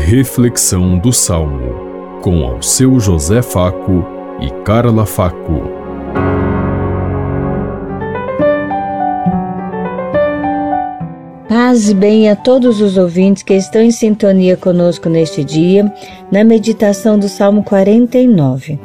Reflexão do Salmo, com Alceu José Faco e Carla Faco. Paz e bem a todos os ouvintes que estão em sintonia conosco neste dia, na meditação do Salmo 49.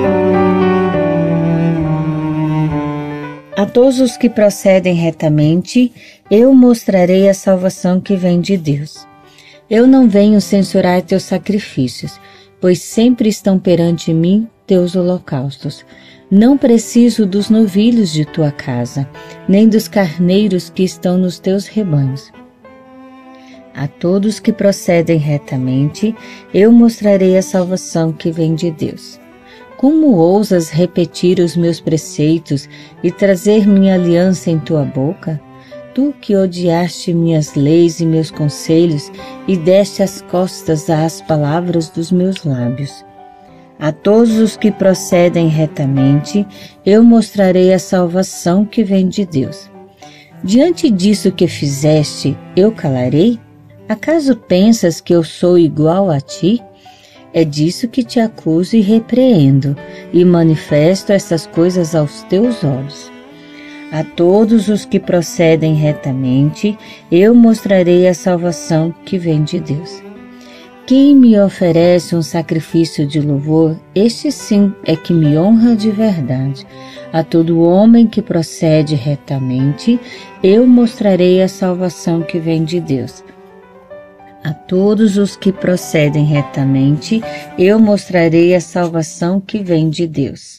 A todos os que procedem retamente, eu mostrarei a salvação que vem de Deus. Eu não venho censurar teus sacrifícios, pois sempre estão perante mim teus holocaustos. Não preciso dos novilhos de tua casa, nem dos carneiros que estão nos teus rebanhos. A todos que procedem retamente, eu mostrarei a salvação que vem de Deus. Como ousas repetir os meus preceitos e trazer minha aliança em tua boca? Tu que odiaste minhas leis e meus conselhos e deste as costas às palavras dos meus lábios. A todos os que procedem retamente, eu mostrarei a salvação que vem de Deus. Diante disso que fizeste, eu calarei? Acaso pensas que eu sou igual a ti? É disso que te acuso e repreendo, e manifesto estas coisas aos teus olhos. A todos os que procedem retamente, eu mostrarei a salvação que vem de Deus. Quem me oferece um sacrifício de louvor, este sim é que me honra de verdade. A todo homem que procede retamente, eu mostrarei a salvação que vem de Deus. A todos os que procedem retamente, eu mostrarei a salvação que vem de Deus.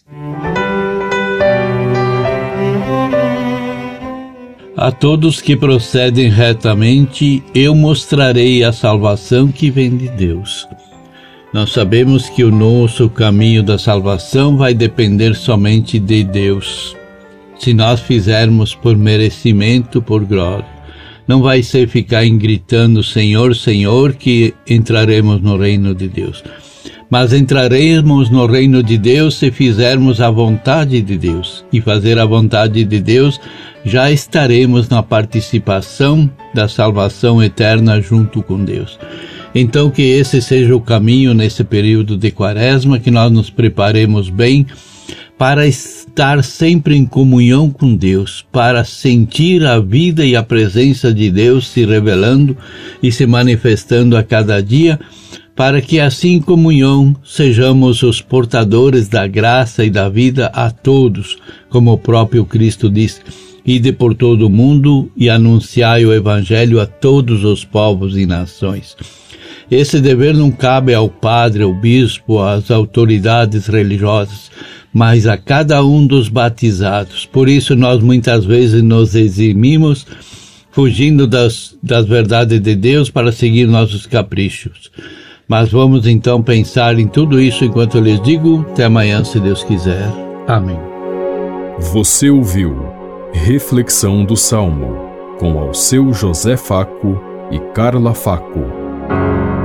A todos que procedem retamente, eu mostrarei a salvação que vem de Deus. Nós sabemos que o nosso caminho da salvação vai depender somente de Deus. Se nós fizermos por merecimento, por glória, não vai ser ficar gritando Senhor, Senhor, que entraremos no reino de Deus. Mas entraremos no reino de Deus se fizermos a vontade de Deus. E fazer a vontade de Deus, já estaremos na participação da salvação eterna junto com Deus. Então que esse seja o caminho nesse período de Quaresma, que nós nos preparemos bem para estar sempre em comunhão com Deus, para sentir a vida e a presença de Deus se revelando e se manifestando a cada dia, para que assim em comunhão sejamos os portadores da graça e da vida a todos, como o próprio Cristo diz: ide por todo o mundo e anunciai o Evangelho a todos os povos e nações. Esse dever não cabe ao padre, ao bispo, às autoridades religiosas, mas a cada um dos batizados. Por isso nós muitas vezes nos eximimos, fugindo das verdades de Deus para seguir nossos caprichos. Mas vamos então pensar em tudo isso enquanto eu lhes digo. Até amanhã, se Deus quiser. Amém. Você ouviu Reflexão do Salmo, com Alceu José Faco e Carla Faco.